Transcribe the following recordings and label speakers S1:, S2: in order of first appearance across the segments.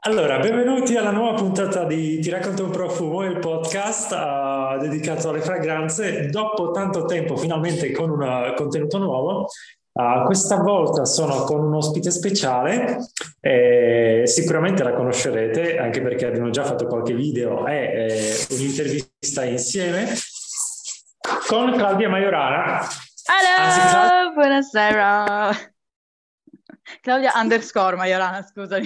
S1: Allora, benvenuti alla nuova puntata di Ti racconto un profumo, il podcast dedicato alle fragranze. Dopo tanto tempo, finalmente con un contenuto nuovo. Questa volta sono con un ospite speciale, sicuramente la conoscerete anche perché abbiamo già fatto qualche video e un'intervista insieme con Claudia Majorana. Anzi,
S2: Hello, buonasera. Claudia underscore Majorana, scusami.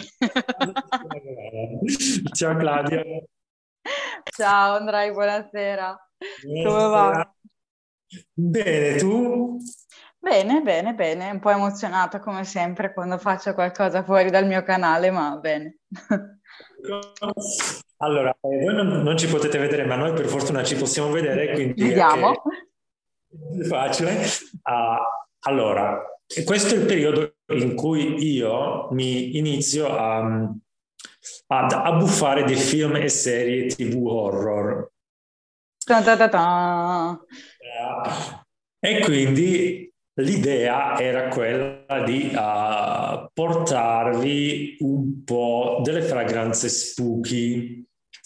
S1: Ciao Claudia.
S2: Ciao Andrai, buonasera. Come
S1: Buonasera.
S2: va?
S1: Bene, tu?
S2: Bene, bene, bene. Un po' emozionata come sempre quando faccio qualcosa fuori dal mio canale, ma bene.
S1: Allora, voi non ci potete vedere, ma noi per fortuna ci possiamo vedere, quindi anche
S2: Vediamo.
S1: è facile. Allora, questo è il periodo in cui io mi inizio ad abbuffare di film e serie TV horror.
S2: Ta ta ta ta.
S1: E quindi l'idea era quella di portarvi un po' delle fragranze spooky.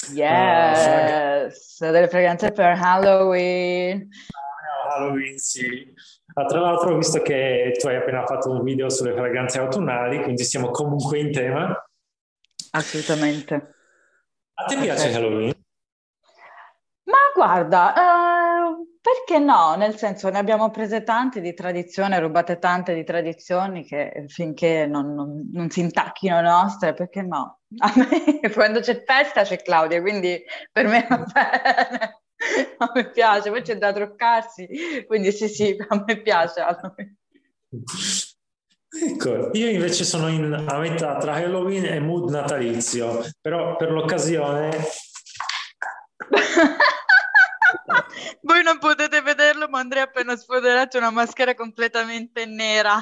S2: Yes, delle fragranze per Halloween.
S1: Halloween, sì. Tra l'altro, ho visto che tu hai appena fatto un video sulle fragranze autunnali, quindi siamo comunque in tema.
S2: Assolutamente.
S1: A te piace
S2: Perfetto.
S1: Halloween?
S2: Ma guarda, perché no? Nel senso, ne abbiamo prese tante di tradizione, rubate tante di tradizioni che finché non si intacchino nostre, perché no? A me, quando c'è festa c'è Claudia, quindi per me va bene. A me piace, poi c'è da truccarsi, quindi sì, sì, a me piace.
S1: Ecco, io invece sono a metà tra Halloween e mood natalizio, però per l'occasione.
S2: Voi non potete vederlo, ma Andrea ha appena sfoderato una maschera completamente nera.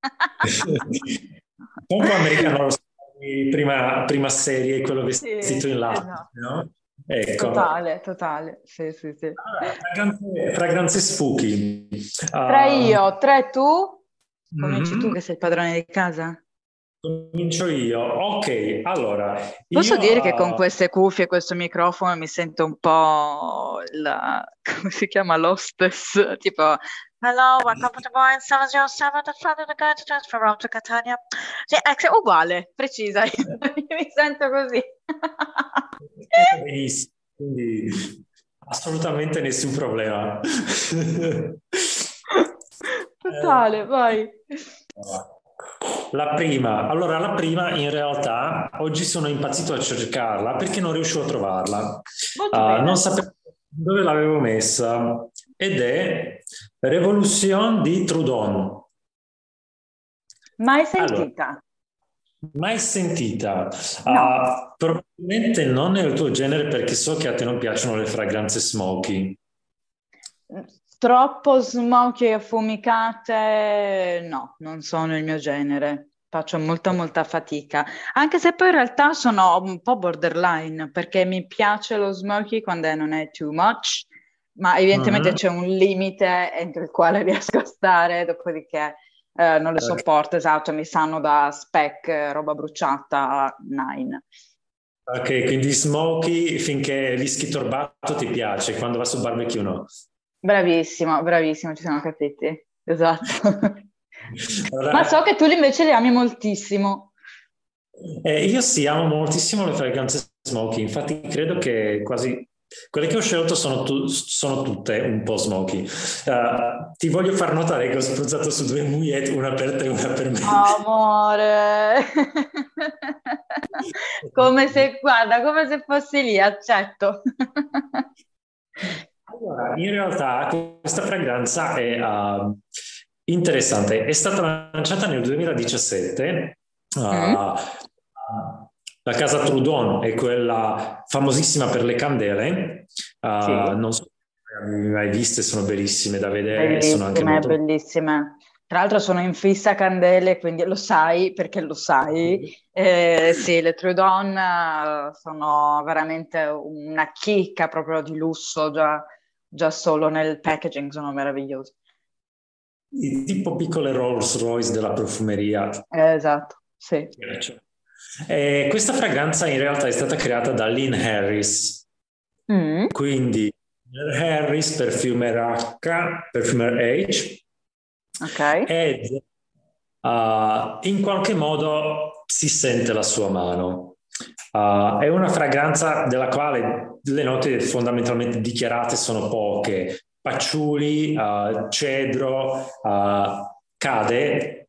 S1: Un po' americano, prima serie, quello
S2: Sì,
S1: vestito in latte,
S2: esatto.
S1: no? Ecco.
S2: Totale, totale. Sì, sì, sì.
S1: Allora, fragranze spooky.
S2: Tre
S1: Uh,
S2: io, tre tu. Cominci tu
S1: mhm.
S2: che sei il padrone di casa.
S1: Comincio io. Ok, allora,
S2: Posso
S1: io
S2: dire che con queste cuffie e questo microfono mi sento un po' come si chiama, l'hostess, tipo Hello, welcome to the Boeing 707, the flight of the guide to transfer route to Catania. Sì, uguale, precisa, io mi sento così.
S1: benissimo, quindi assolutamente nessun problema.
S2: Totale, vai.
S1: La prima in realtà oggi sono impazzito a cercarla perché non riuscivo a trovarla.
S2: Molto
S1: Non
S2: bene.
S1: sapevo dove l'avevo messa ed è Revolution di Trudon.
S2: Mai
S1: Allora,
S2: sentita?
S1: mai sentita?
S2: No.
S1: Probabilmente non è il tuo genere perché so che a te non piacciono le fragranze smoky.
S2: Troppo smoky e affumicate, no, non sono il mio genere. Faccio molta, molta fatica. Anche se poi in realtà sono un po' borderline, perché mi piace lo smoky quando non è too much, ma evidentemente
S1: Mhm.
S2: c'è un limite entro il quale riesco a stare, dopodiché non le
S1: Ok,
S2: sopporto, esatto, mi sanno da speck, roba bruciata, nine.
S1: ok, quindi smoky finché whisky torbato ti piace, quando va su barbecue no.
S2: Bravissimo, bravissimo, ci siamo capiti. Esatto. Ma so
S1: Allora,
S2: che tu invece le ami moltissimo.
S1: io sì, amo moltissimo le fragranze smoky, infatti credo che quasi quelle che ho scelto sono tutte un po' smoky. Ti voglio far notare che ho spruzzato su due mouillette, una per te e una per me.
S2: Amore. Come se, guarda, come se fossi lì, accetto.
S1: Allora, in realtà questa fragranza è interessante, è stata lanciata nel 2017.
S2: Mm?
S1: La casa Trudon è quella famosissima per le candele.
S2: Sì,
S1: Non so se le hai mai viste, sono bellissime da vedere e sono anche
S2: bellissime,
S1: molto.
S2: bellissime. Tra l'altro sono in fissa candele, quindi lo sai, perché lo sai. Sì, le Trudon sono veramente una chicca proprio di lusso, già solo nel packaging sono meravigliose.
S1: Tipo piccole Rolls Royce della profumeria.
S2: Esatto, sì.
S1: Piace. Questa fragranza in realtà è stata creata da Lynn Harris, quindi Harris, Perfumer H, Perfumer H,
S2: Ok.
S1: ed in qualche modo si sente la sua mano. È una fragranza della quale le note fondamentalmente dichiarate sono poche: patchouli, cedro, cade,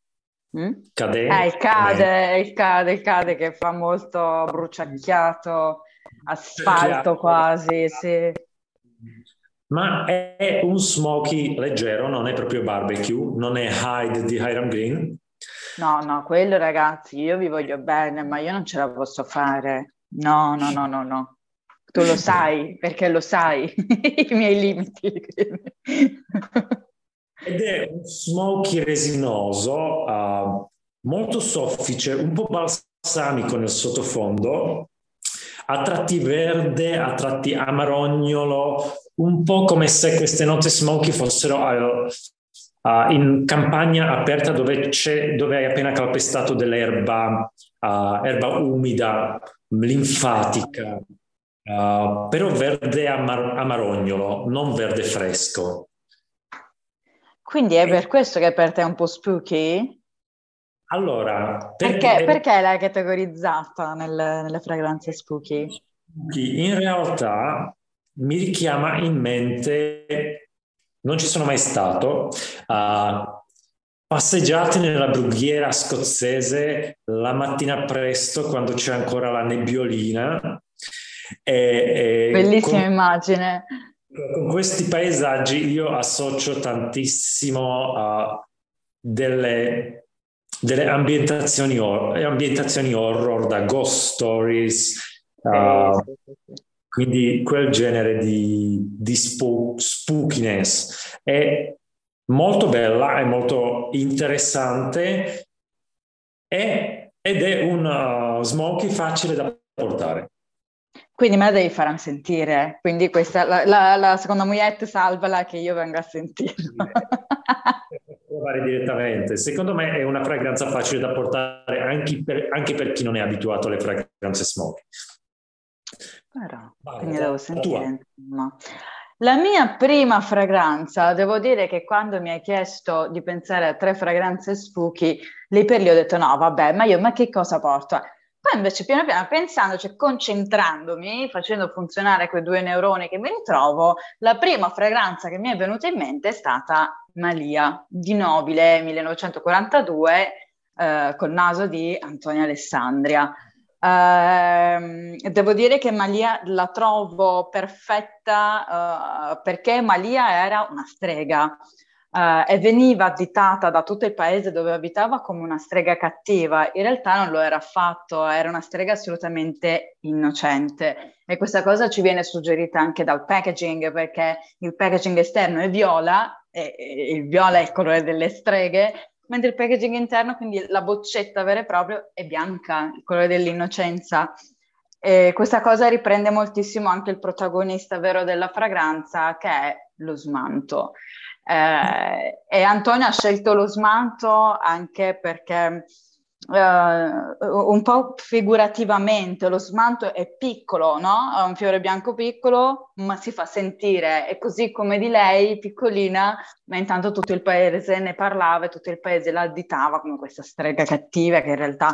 S1: come
S2: Il cade che fa molto bruciacchiato, asfalto
S1: cerchiato.
S2: quasi, sì.
S1: Ma è un smoky leggero, non è proprio barbecue, non è Hyde di Hiram Green.
S2: No, no, quello ragazzi, io vi voglio bene, ma io non ce la posso fare. No, no, no, no, no. Tu lo sai, perché lo sai, i miei limiti.
S1: Ed è un smoky resinoso, molto soffice, un po' balsamico nel sottofondo, a tratti verde, a tratti amarognolo, un po' come se queste note smoky fossero in campagna aperta dove hai appena calpestato dell'erba, erba umida, linfatica, però verde amarognolo, non verde fresco.
S2: Quindi è per questo che per te è un po' spooky?
S1: Allora,
S2: Perché l'hai categorizzata nelle fragranze spooky?
S1: in realtà mi richiama in mente, non ci sono mai stato, passeggiate nella brughiera scozzese la mattina presto quando c'è ancora la nebbiolina e
S2: Bellissima immagine.
S1: con questi paesaggi io associo tantissimo a delle ambientazioni horror da Ghost Stories,
S2: Sì, sì, sì.
S1: quindi quel genere di spookiness. È molto bella, è molto interessante ed è un smoky facile da portare.
S2: Quindi me la devi far sentire. Quindi questa, la seconda moglietta, salvala che io venga a sentirla.
S1: Provare direttamente. Secondo me è una fragranza facile da portare anche per chi non è abituato alle fragranze smoky.
S2: Però, quindi
S1: Vai,
S2: devo
S1: la tua.
S2: sentire, insomma. La mia prima fragranza, devo dire che quando mi hai chiesto di pensare a 3 fragranze spooky, lì per lì ho detto no, vabbè, ma che cosa porto? Poi invece piano piano pensandoci, concentrandomi, facendo funzionare quei 2 neuroni che mi ritrovo, la prima fragranza che mi è venuta in mente è stata Malia di Nobile 1942 col naso di Antonia Alessandria. Devo dire che Malia la trovo perfetta perché Malia era una strega e veniva additata da tutto il paese dove abitava come una strega cattiva. In realtà non lo era affatto, era una strega assolutamente innocente. E questa cosa ci viene suggerita anche dal packaging, perché il packaging esterno è viola, e il viola è il colore delle streghe, mentre il packaging interno, quindi la boccetta vera e propria, è bianca, il colore dell'innocenza. E questa cosa riprende moltissimo anche il protagonista vero della fragranza, che è lo smanto. E Antonio ha scelto lo smanto anche perché un po' figurativamente lo smanto è piccolo, no? Ha un fiore bianco piccolo, ma si fa sentire, e così come di lei, piccolina, ma intanto tutto il paese ne parlava e tutto il paese la additava come questa strega cattiva che in realtà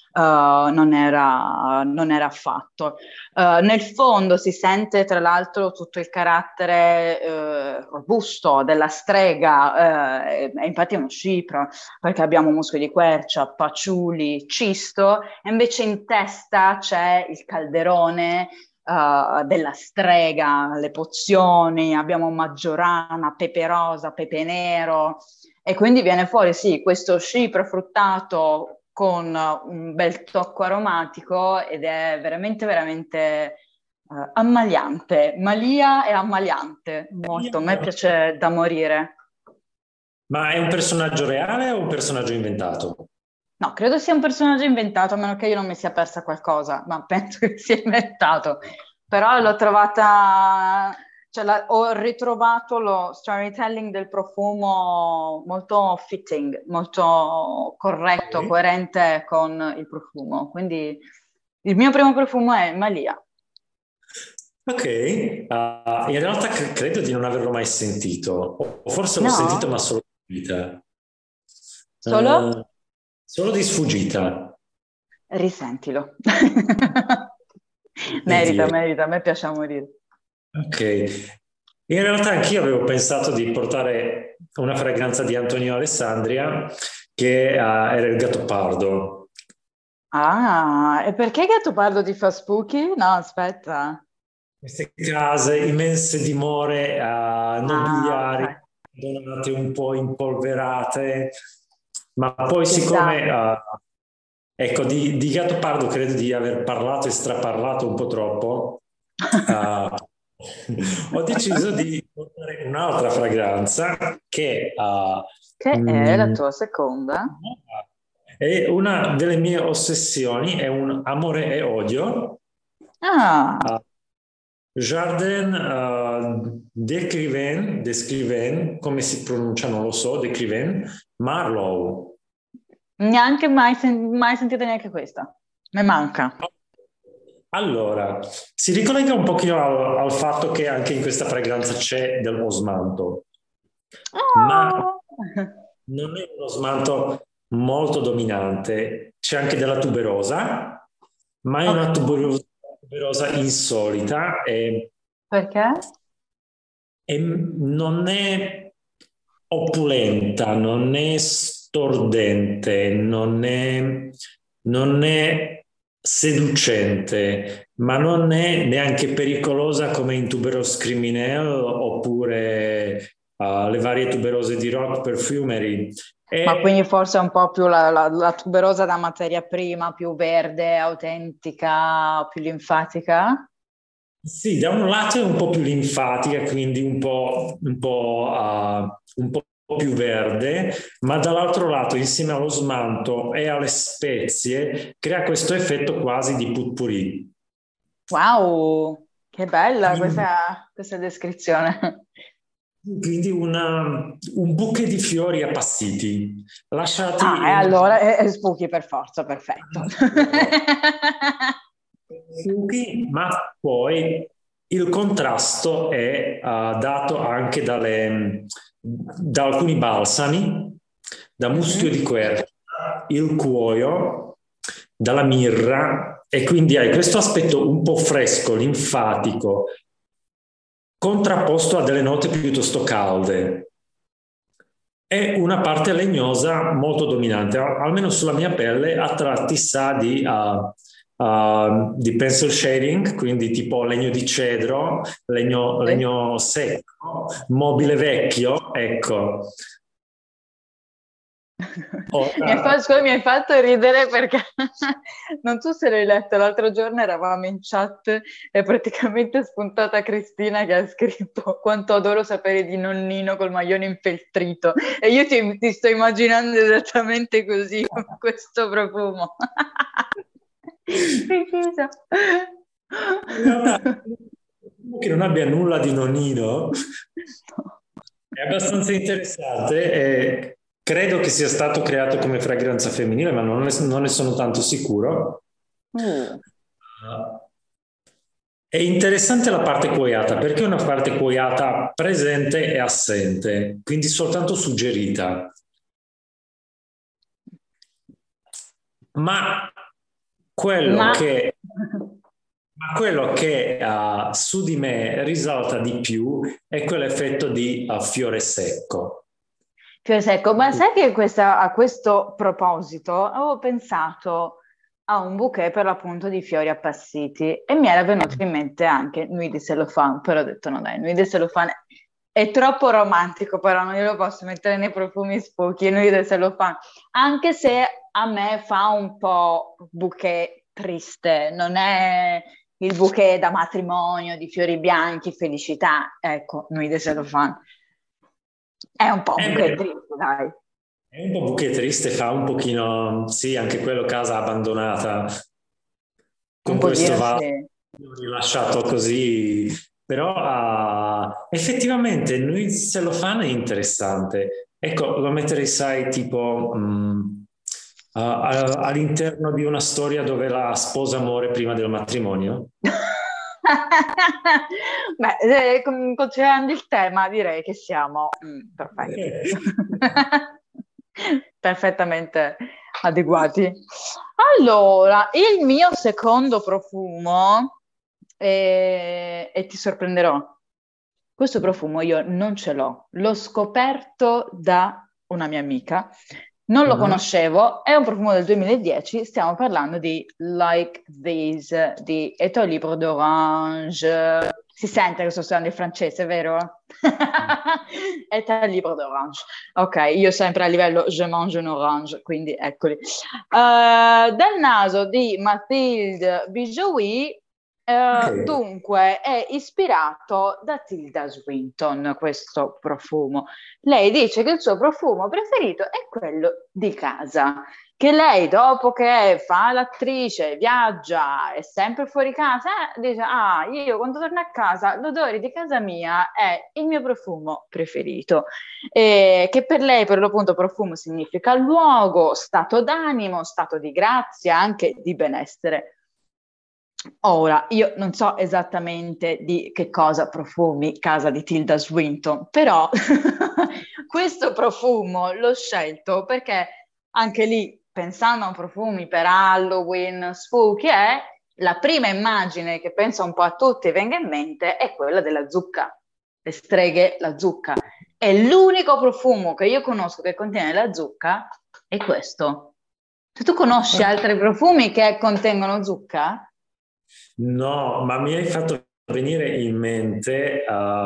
S2: non era affatto. Nel fondo si sente tra l'altro tutto il carattere robusto della strega, e infatti è uno scipro, perché abbiamo muscoli di quercia, patchouli, cisto, e invece in testa c'è il calderone della strega, le pozioni, abbiamo maggiorana, pepe rosa, pepe nero, e quindi viene fuori sì, questo scipro fruttato con un bel tocco aromatico ed è veramente, veramente ammaliante. Malia è ammaliante, molto. A me piace da morire.
S1: Ma è un personaggio reale o un personaggio inventato?
S2: No, credo sia un personaggio inventato, a meno che io non mi sia persa qualcosa, ma penso che sia inventato. Però l'ho trovata ho ritrovato lo storytelling del profumo molto fitting, molto corretto,
S1: Ok.
S2: coerente con il profumo. Quindi il mio primo profumo è Malia.
S1: Ok, in realtà credo di non averlo mai sentito, o forse l'ho sentito
S2: No?
S1: ma solo di sfuggita.
S2: Solo?
S1: Solo di sfuggita.
S2: Risentilo. Merita,
S1: Sentire.
S2: merita, a me piace a morire.
S1: Ok, in realtà anch'io avevo pensato di portare una fragranza di Antonio Alessandria che era il Gattopardo.
S2: Ah, e perché Gattopardo ti fa spooky? No, aspetta.
S1: Queste case immense dimore
S2: Ah,
S1: nobiliari,
S2: ok.
S1: abbandonate un po' impolverate, ma poi
S2: Ci sta.
S1: siccome, ecco, di Gattopardo credo di aver parlato e straparlato un po' troppo, eh, ho deciso di portare un'altra fragranza che
S2: Che è la
S1: mm,
S2: tua seconda?
S1: è una delle mie ossessioni, è un amore e odio.
S2: Ah,
S1: Jardin d'Escrivain, come si pronuncia non lo so, d'Escrivain, Marlowe.
S2: neanche mai sentita neanche questa. Mi manca.
S1: Allora, si ricollega un pochino al fatto che anche in questa fragranza c'è dell'osmanto, ma
S2: Ah.
S1: non è uno smalto molto dominante. C'è anche della tuberosa, ma è
S2: Ok.
S1: una tuberosa insolita
S2: Perché?
S1: e non è opulenta, non è stordente, non è seducente, ma non è neanche pericolosa come in Tuberose Criminel oppure le varie tuberose di Rock Perfumery.
S2: Ma quindi
S1: È
S2: forse un po' più la tuberosa da materia prima, più verde, autentica, più linfatica?
S1: Sì, da un lato è un po' più linfatica, quindi un po' più verde, ma dall'altro lato, insieme allo smanto e alle spezie, crea questo effetto quasi di potpourri.
S2: Wow, che bella
S1: Quindi,
S2: questa descrizione.
S1: quindi un bouquet di fiori appassiti, lasciati
S2: Ah, e
S1: in una
S2: allora è spooky per forza, perfetto.
S1: fuochi, ma poi il contrasto è dato anche da alcuni balsami, da muschio
S2: Mhm.
S1: di quercia, il cuoio, dalla mirra e quindi hai questo aspetto un po' fresco, linfatico, contrapposto a delle note piuttosto calde. È una parte legnosa molto dominante, almeno sulla mia pelle, a tratti sa di pencil shading, quindi tipo legno di cedro,
S2: Sì.
S1: legno secco, mobile vecchio, ecco. Ora,
S2: Scusa, mi hai fatto ridere perché non so se l'hai letto, l'altro giorno eravamo in chat e praticamente è spuntata Cristina che ha scritto quanto adoro sapere di nonnino col maglione infeltrito e io ti sto immaginando esattamente così, con questo profumo. Preciso.
S1: in realtà, che non abbia nulla di nonnino, è abbastanza interessante e credo che sia stato creato come fragranza femminile, ma non ne sono tanto sicuro.
S2: Uh,
S1: È interessante la parte cuoiata, perché è una parte cuoiata presente e assente, quindi soltanto suggerita. Ma quello
S2: ma
S1: che, ma quello che su di me risalta di più è quell'effetto di fiore secco.
S2: Fiore secco, ma sai che a questo proposito avevo pensato a un bouquet per l'appunto di fiori appassiti e mi era venuto in mente anche Nuit de Cellophane, però ho detto no dai, Nuit de Cellophane è troppo romantico, però non glielo posso mettere nei profumi spooky, Nuit de Cellophane, anche se a me fa un po' bouquet triste, non è il bouquet da matrimonio di fiori bianchi, felicità, ecco, Nuit de Cellophane. È un po' un bouquet
S1: Beh,
S2: triste, dai.
S1: è un po' bouquet triste, fa un pochino, sì, anche quello casa abbandonata,
S2: Un
S1: con questo
S2: pochino
S1: vaso
S2: sì.
S1: rilasciato così, però effettivamente Nuit Cellophane è interessante. Ecco, lo metterei, sai, tipo all'interno di una storia dove la sposa muore prima del matrimonio.
S2: Beh, considerando il tema, direi che siamo perfetti. Perfettamente adeguati. Allora, il mio secondo profumo, e ti sorprenderò, questo profumo io non ce l'ho scoperto da una mia amica, non lo
S1: Mhm.
S2: conoscevo, è un profumo del 2010, stiamo parlando di Like This di Eau Libre d'Orange. Si sente che sto studiando il francese, vero? Eau Libre d'Orange. Ok, io sempre a livello Je mange un orange, quindi eccoli. Dal naso di Mathilde Bijoui,
S1: Ok.
S2: dunque è ispirato da Tilda Swinton questo profumo. Lei dice che il suo profumo preferito è quello di casa, che lei dopo che fa l'attrice, viaggia, è sempre fuori casa, dice, ah, io quando torno a casa l'odore di casa mia è il mio profumo preferito. Che per lei per l'appunto profumo significa luogo, stato d'animo, stato di grazia, anche di benessere. Ora, io non so esattamente di che cosa profumi casa di Tilda Swinton, però questo profumo l'ho scelto perché anche lì, pensando a profumi per Halloween, spooky, la prima immagine che penso un po' a tutti venga in mente è quella della zucca, le streghe, la zucca. E l'unico profumo che io conosco che contiene la zucca è questo. Se tu conosci altri profumi che contengono zucca?
S1: No, ma mi hai fatto venire in mente,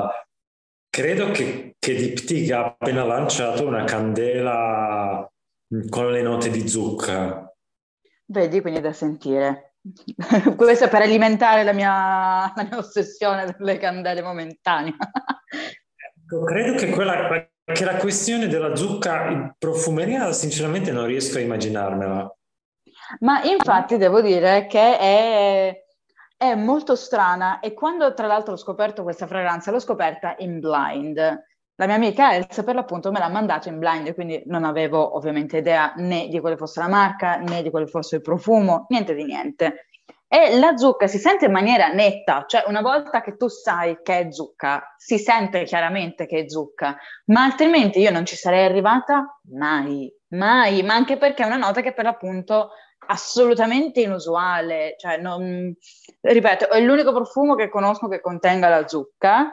S1: credo che Diptyque ha appena lanciato una candela con le note di zucca.
S2: Vedi, quindi da sentire. Questo è per alimentare la mia ossessione per le candele momentanee.
S1: Ecco, credo che la questione della zucca in profumeria, sinceramente non riesco a immaginarmela.
S2: Ma infatti devo dire che è molto strana e quando tra l'altro ho scoperto questa fragranza, l'ho scoperta in blind. La mia amica Elsa per l'appunto me l'ha mandato in blind, quindi non avevo ovviamente idea né di quale fosse la marca né di quale fosse il profumo, niente di niente. E la zucca si sente in maniera netta, cioè una volta che tu sai che è zucca, si sente chiaramente che è zucca, ma altrimenti io non ci sarei arrivata mai, mai, ma anche perché è una nota che per l'appunto assolutamente inusuale, cioè ripeto, è l'unico profumo che conosco che contenga la zucca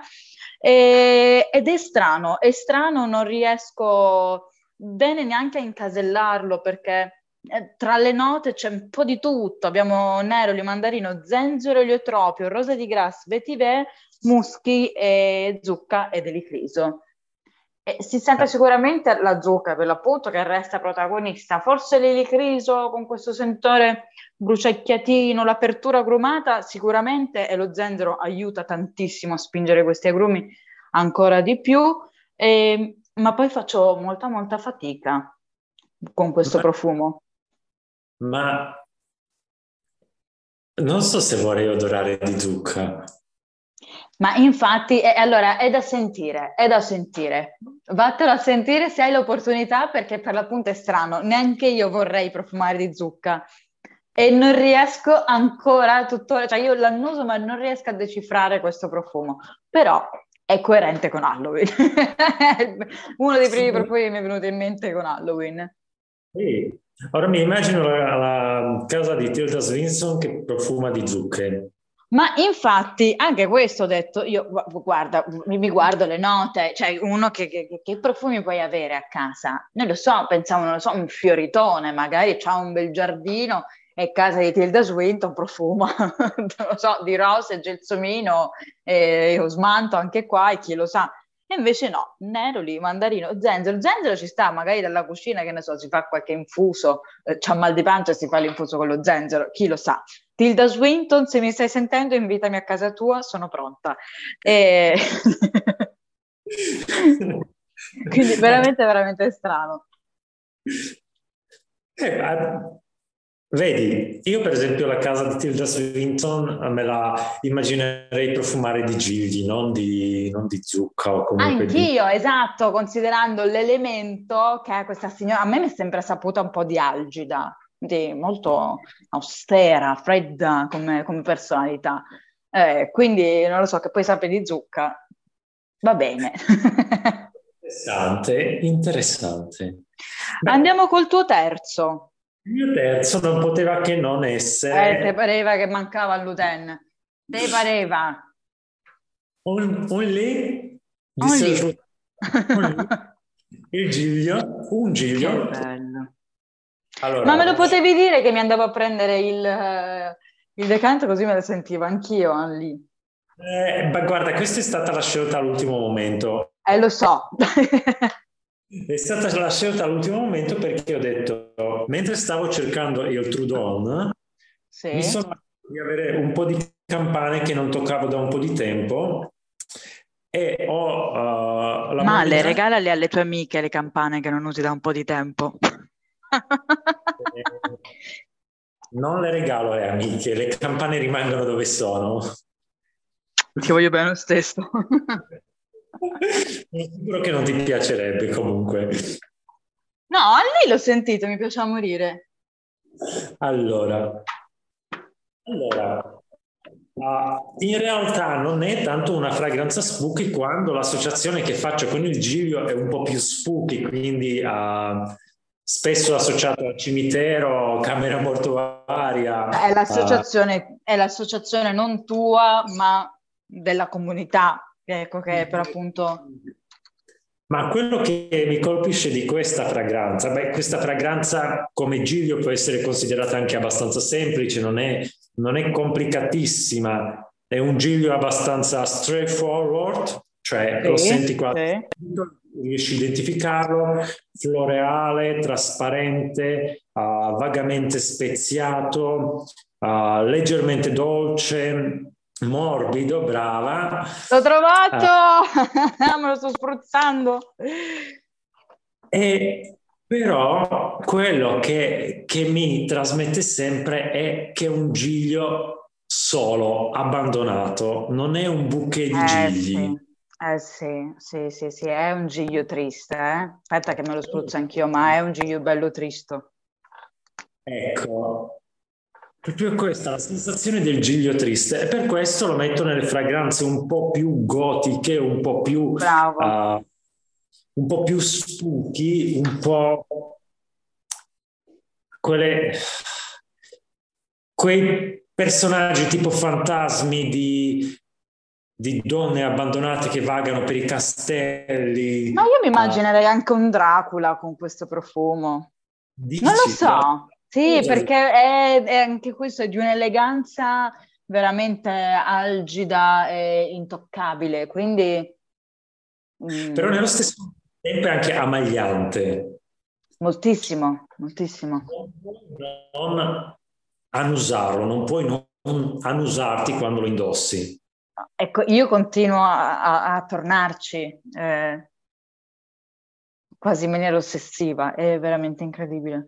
S2: ed è strano, non riesco bene neanche a incasellarlo perché tra le note c'è un po' di tutto, abbiamo neroli, mandarino, zenzero, eliotropio, rosa di grasse, vetiver, muschi, e zucca ed elicriso. E si sente sicuramente la zucca per l'appunto che resta protagonista, forse l'elicriso con questo sentore bruciacchiatino, l'apertura agrumata sicuramente e lo zenzero aiuta tantissimo a spingere questi agrumi ancora di più, ma poi faccio molta molta fatica con questo
S1: Ma,
S2: profumo.
S1: ma non so se vorrei odorare di zucca.
S2: Ma infatti, allora è da sentire, è da sentire. Vattelo a sentire se hai l'opportunità, perché per l'appunto è strano. Neanche io vorrei profumare di zucca e non riesco ancora tuttora, cioè io l'annuso, ma non riesco a decifrare questo profumo. Però è coerente con Halloween. Uno dei primi profumi che mi è venuto in mente con Halloween.
S1: Sì. Ora mi immagino la casa di Tilda Swinton che profuma di zucche.
S2: Ma infatti, anche questo ho detto, io guarda, mi guardo le note, cioè uno che profumi puoi avere a casa? Non lo so, pensavo, non lo so, un fioritone, magari c'ha un bel giardino e casa di Tilda Swinton profuma, non lo so, di rose, gelsomino, osmanto anche qua e chi lo sa. E invece no, neroli, mandarino, zenzero. Zenzero ci sta, magari dalla cucina, che ne so, si fa qualche infuso, c'ha mal di pancia e si fa l'infuso con lo zenzero, chi lo sa. Tilda Swinton, se mi stai sentendo, invitami a casa tua, sono pronta. E... Quindi veramente, veramente strano.
S1: Ma Vedi, io per esempio la casa di Tilda Swinton me la immaginerei profumare di gigli, non di zucca o comunque di...
S2: Anch'io, esatto, considerando l'elemento che è questa signora, a me mi è sempre saputa un po' di algida, di molto austera, fredda come personalità. Quindi non lo so, che poi sappia di zucca, va bene.
S1: Interessante, interessante. Beh,
S2: Andiamo col tuo terzo.
S1: il mio terzo non poteva che non
S2: Te
S1: essere
S2: pareva che mancava il gluten? Te pareva?
S1: un lì, disse
S2: Only.
S1: assolutamente un lì, il giglio, un
S2: Che
S1: giglio.
S2: bello. Ma me lo
S1: Allora,
S2: potevi dire che mi andavo a prendere il decantto così me lo sentivo anch'io lì.
S1: beh, guarda, questa è stata la scelta all'ultimo momento.
S2: Lo so.
S1: È stata la scelta all'ultimo momento perché ho detto, mentre stavo cercando il Trudon, mi
S2: Sì.
S1: sono accorto di avere un po' di campane che non toccavo da un po' di tempo e ho la
S2: Male,
S1: modalità.
S2: regalale alle tue amiche le campane che non usi da un po' di tempo.
S1: Non le regalo alle amiche, le campane rimangono dove sono.
S2: Ti voglio bene lo stesso.
S1: Sono sicuro che non ti piacerebbe comunque.
S2: No, a lei l'ho sentito, mi piace a morire.
S1: Allora, in realtà non è tanto una fragranza spooky quando l'associazione che faccio con il Giglio è un po' più spooky, quindi spesso associato al cimitero, camera mortuaria.
S2: È l'associazione non tua, ma della comunità, ecco, che per appunto...
S1: Ma quello che mi colpisce di questa fragranza, beh, questa fragranza come Giglio può essere considerata anche abbastanza semplice, non è complicatissima, è un Giglio abbastanza straightforward, cioè lo
S2: Sì,
S1: senti quasi,
S2: sì.
S1: riesci a identificarlo, floreale, trasparente, vagamente speziato, leggermente dolce, morbido, brava.
S2: L'ho trovato! Me lo sto spruzzando.
S1: Però quello che mi trasmette sempre è che è un giglio solo, abbandonato, non è un bouquet di gigli.
S2: Sì, sì, sì, sì, sì, è un giglio triste, eh? Aspetta che me lo spruzzo anch'io, ma è un giglio bello tristo.
S1: Ecco, proprio questa la sensazione del giglio triste e per questo lo metto nelle fragranze un po' più gotiche,
S2: Bravo.
S1: un po' più spooky, un po' quelle, quei personaggi tipo fantasmi di donne abbandonate che vagano per i castelli.
S2: Ma io mi immaginerei anche un Dracula con questo profumo. Non lo
S1: Dici,
S2: so, sì, perché è anche questo è di un'eleganza veramente algida e intoccabile, quindi
S1: però
S2: mm,
S1: nello stesso tempo è anche amagliante.
S2: moltissimo, moltissimo.
S1: Non annusarlo, non puoi non annusarti quando lo indossi.
S2: Ecco, io continuo a tornarci quasi in maniera ossessiva, è veramente incredibile.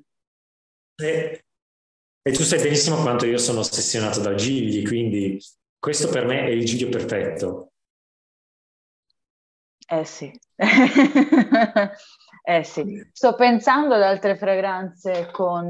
S1: E tu sai benissimo quanto io sono ossessionato da gigli, quindi questo per me è il giglio perfetto.
S2: Eh sì, eh sì. Sto pensando ad altre fragranze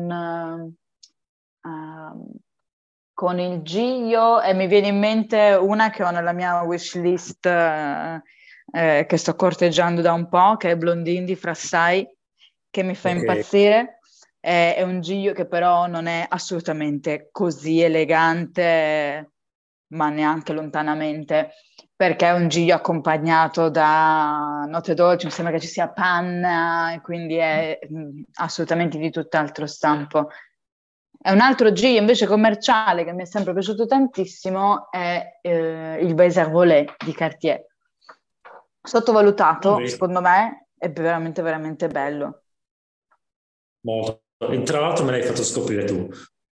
S2: con il giglio e mi viene in mente una che ho nella mia wish list che sto corteggiando da un po', che è Blondine di Frassai, che mi fa
S1: Ok.
S2: impazzire. È un giglio che però non è assolutamente così elegante, ma neanche lontanamente, perché è un giglio accompagnato da note dolci, mi sembra che ci sia panna, e quindi è assolutamente di tutt'altro stampo. È un altro giglio invece commerciale che mi è sempre piaciuto tantissimo, è il Baiser Volé di Cartier. Sottovalutato, secondo me, è veramente, veramente bello.
S1: Molto. E tra l'altro me l'hai fatto scoprire tu.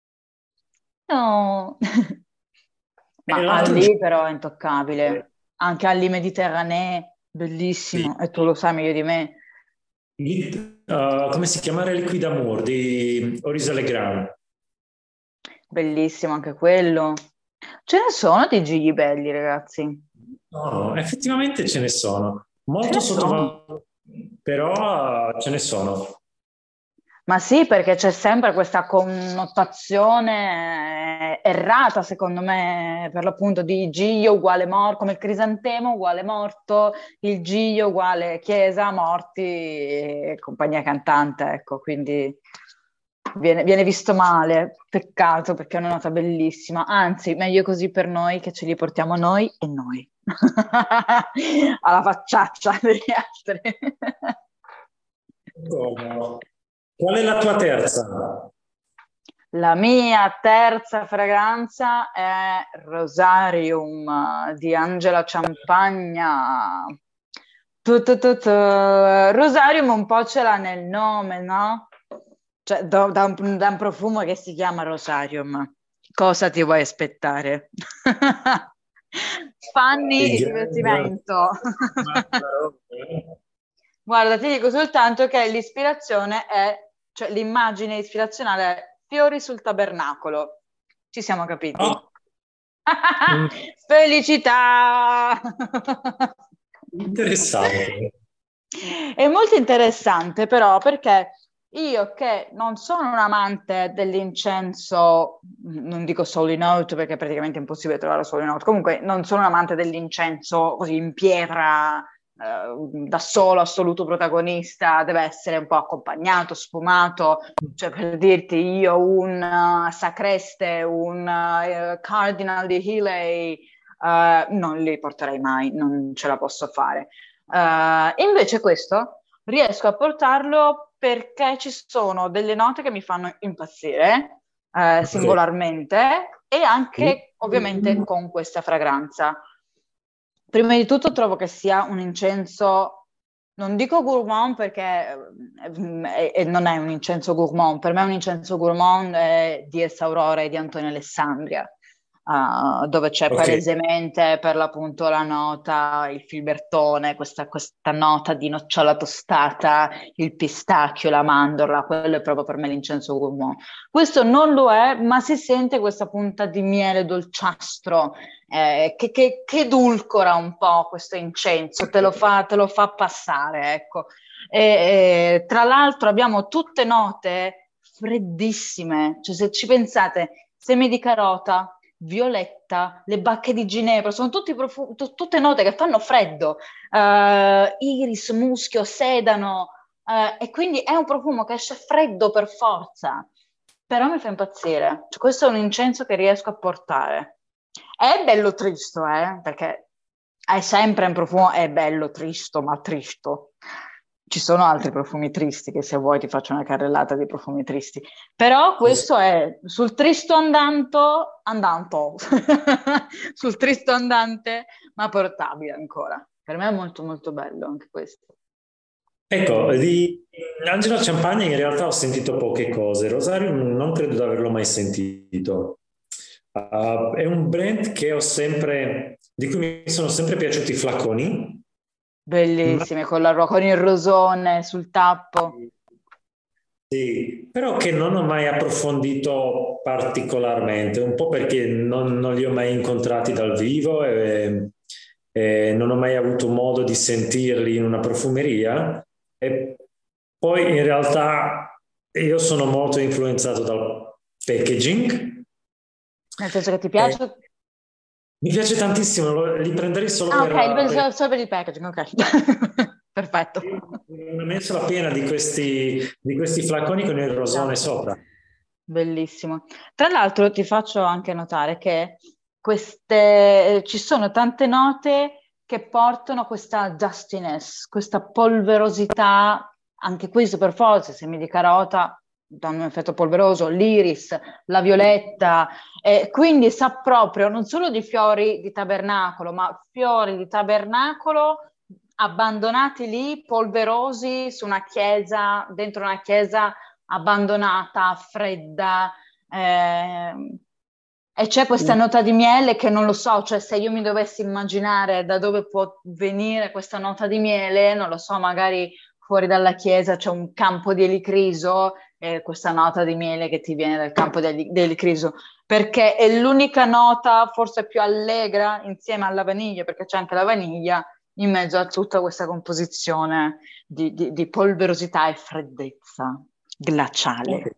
S2: No.
S1: E
S2: Ma
S1: l'altro
S2: Ali però è
S1: giro,
S2: intoccabile. Anche Ali Mediterranee,
S1: sì.
S2: bellissimo, e tu lo sai meglio di me.
S1: Come si chiama? Liquid Amour di Orisa Legrand.
S2: Bellissimo anche quello. Ce ne sono di gigli belli, ragazzi.
S1: No, effettivamente ce ne sono,
S2: Ce
S1: molto
S2: ne sono.
S1: sottovalutati, però ce ne sono.
S2: Ma sì, perché c'è sempre questa connotazione errata, secondo me, per l'appunto di Giglio uguale morto, come il crisantemo uguale morto, il Giglio uguale chiesa, morti e compagnia cantante, ecco, quindi viene visto male, peccato perché è una nota bellissima, anzi, meglio così per noi che ce li portiamo noi e noi, alla facciaccia degli altri.
S1: Ecco, qual è la tua terza?
S2: La mia terza fragranza è Rosarium di Angela Ciampagna. Rosarium un po' ce l'ha nel nome, no? Cioè, da un profumo che si chiama Rosarium. Cosa ti vuoi aspettare? Fanni
S1: Il
S2: e
S1: grande
S2: divertimento.
S1: Marmarone.
S2: Guarda, ti dico soltanto che l'ispirazione è, cioè l'immagine ispirazionale è fiori sul tabernacolo. Ci siamo capiti?
S1: Oh, mm,
S2: Felicità!
S1: interessante.
S2: È molto interessante però perché io che non sono un amante dell'incenso, non dico solo in out perché è praticamente impossibile trovare solo in out, comunque non sono un amante dell'incenso così in pietra, da solo assoluto protagonista, deve essere un po' accompagnato, sfumato, cioè per dirti io un Sacreste, un Cardinal di Healy, non li porterei mai, non ce la posso fare. Invece questo riesco a portarlo perché ci sono delle note che mi fanno impazzire,
S1: Ok.
S2: singolarmente e anche ovviamente con questa fragranza. Prima di tutto trovo che sia un incenso, non dico gourmand perché non è un incenso gourmand, per me è un incenso gourmand di Essa Aurora e di Antonio Alessandria, dove c'è
S1: Ok.
S2: palesemente per l'appunto la nota, il filbertone, questa nota di nocciola tostata, il pistacchio, la mandorla, quello è proprio per me l'incenso gourmand. Questo non lo è, ma si sente questa punta di miele dolciastro che edulcora un po' questo incenso, te lo fa passare, ecco. Tra l'altro abbiamo tutte note freddissime, cioè se ci pensate, semi di carota, violetta, le bacche di ginepro, sono tutte note che fanno freddo, iris, muschio, sedano, e quindi è un profumo che esce freddo per forza, però mi fa impazzire. Cioè, questo è un incenso che riesco a portare. È bello tristo, perché è sempre un profumo, è bello tristo, ma tristo. Ci sono altri profumi tristi che se vuoi ti faccio una carrellata di profumi tristi. Però questo è sul tristo andanto, sul tristo andante, ma portabile ancora. Per me è molto molto bello anche questo.
S1: Ecco, di Angelo Champagne in realtà ho sentito poche cose. Rosario non credo di averlo mai sentito. È un brand che ho sempre, di cui mi sono sempre piaciuti i flaconi, ma
S2: Bellissime, con il rosone sul tappo.
S1: sì, però che non ho mai approfondito particolarmente, un po' perché non li ho mai incontrati dal vivo e non ho mai avuto modo di sentirli in una profumeria. E poi in realtà io sono molto influenzato dal packaging.
S2: Nel senso che ti
S1: E
S2: piace?
S1: mi piace tantissimo, li prenderei solo
S2: Ah, ok, li vedo
S1: per
S2: solo per il packaging, ok. Perfetto.
S1: una mensola piena di questi flaconi con il rosone
S2: Esatto.
S1: sopra.
S2: Bellissimo. Tra l'altro ti faccio anche notare che ci sono tante note che portano questa dustiness, questa polverosità, anche questo per forza, semi di carota danno un effetto polveroso, l'iris, la violetta, quindi sa proprio non solo di fiori di tabernacolo, ma fiori di tabernacolo abbandonati lì, polverosi su una chiesa, dentro una chiesa abbandonata, fredda, e c'è questa nota di miele che non lo so, cioè se io mi dovessi immaginare da dove può venire questa nota di miele, non lo so, magari fuori dalla chiesa c'è un campo di elicriso e questa nota di miele che ti viene dal campo di elicriso. perché è l'unica nota forse più allegra insieme alla vaniglia, perché c'è anche la vaniglia in mezzo a tutta questa composizione di polverosità e freddezza glaciale.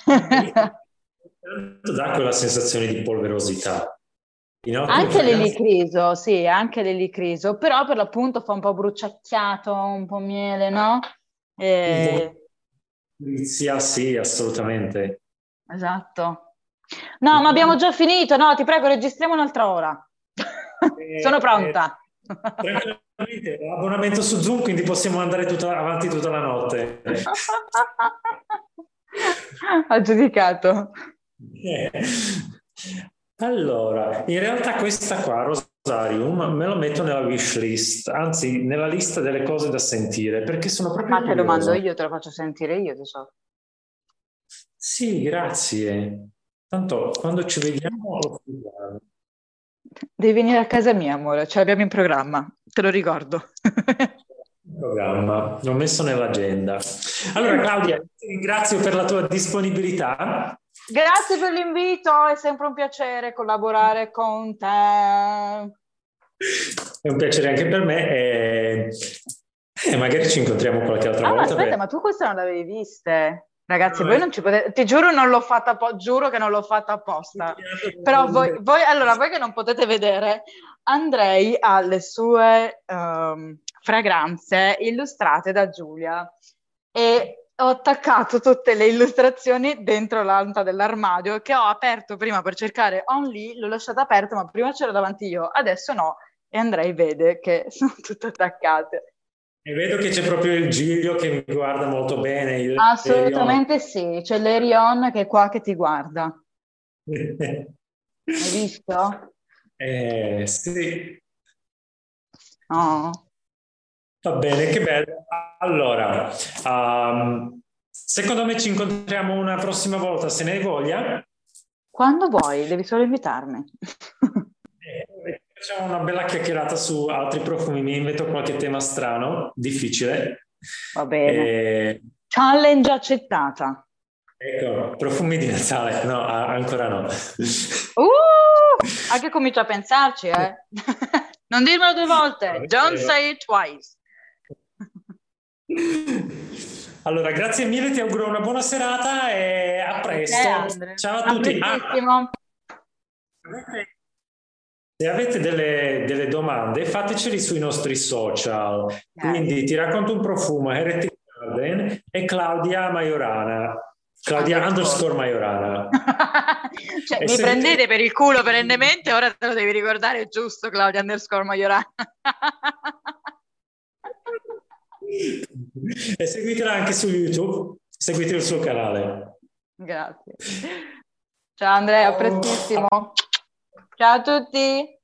S1: Dà quella sensazione di polverosità.
S2: Anche l'elicriso, sì, anche l'elicriso, però per l'appunto fa un po' bruciacchiato, un po' miele, no?
S1: Un po' sì, assolutamente.
S2: Esatto. No, ma abbiamo già finito, no, ti prego, registriamo un'altra ora. Sono pronta.
S1: Tranquillamente, ho abbonamento su Zoom, quindi possiamo andare avanti tutta la notte.
S2: Aggiudicato.
S1: Allora, in realtà questa qua, Rosarium, me lo metto nella wish list, anzi nella lista delle cose da sentire, perché sono proprio
S2: Ma te lo mando
S1: curioso.
S2: io, te lo faccio sentire io, tesoro.
S1: Sì, grazie. Tanto quando ci vediamo lo facciamo.
S2: Devi venire a casa mia, amore, ce l'abbiamo in programma, te lo ricordo.
S1: Programma, l'ho messo nell'agenda. Allora, Claudia, ti ringrazio per la tua disponibilità.
S2: Grazie per l'invito, è sempre un piacere collaborare con te.
S1: È un piacere anche per me e magari ci incontriamo qualche altra
S2: Ah,
S1: volta.
S2: aspetta, ma tu queste non le avevi viste? Ragazzi,
S1: No,
S2: voi non ci potete, ti giuro non l'ho fatta, giuro che non l'ho fatta apposta. Però allora, voi che non potete vedere, Andrei ha le sue fragranze illustrate da Giulia e ho attaccato tutte le illustrazioni dentro l'anta dell'armadio che ho aperto prima per cercare Only, l'ho lasciata aperta, ma prima c'ero davanti io, adesso no, e Andrei vede che sono tutte attaccate.
S1: E vedo che c'è proprio il Giglio che mi guarda molto bene.
S2: Assolutamente sì, c'è l'Erion che è qua che ti guarda. Hai visto?
S1: Sì.
S2: Oh.
S1: Va bene, che bello. Allora, secondo me ci incontriamo una prossima volta, se ne hai voglia.
S2: Quando vuoi, devi solo invitarmi.
S1: Facciamo una bella chiacchierata su altri profumi, mi invento qualche tema strano, difficile.
S2: Va bene. Challenge accettata.
S1: Ecco, profumi di Natale. No, ancora no.
S2: Anche comincio a pensarci, eh. Non dirmelo 2 volte. Don't say it twice.
S1: Allora, grazie mille, ti auguro una buona serata e a presto. Ciao a tutti. Se avete delle domande, fateceli sui nostri social. Quindi ti racconto un profumo, Heretic Garden e Claudia Majorana. Claudia _ Majorana.
S2: Cioè, mi prendete per il culo perennemente, ora te lo devi ricordare, giusto, Claudia _ Majorana.
S1: E seguitela anche su YouTube, seguite il suo canale.
S2: Grazie. Ciao Andrea, a prestissimo. Ciao a tutti.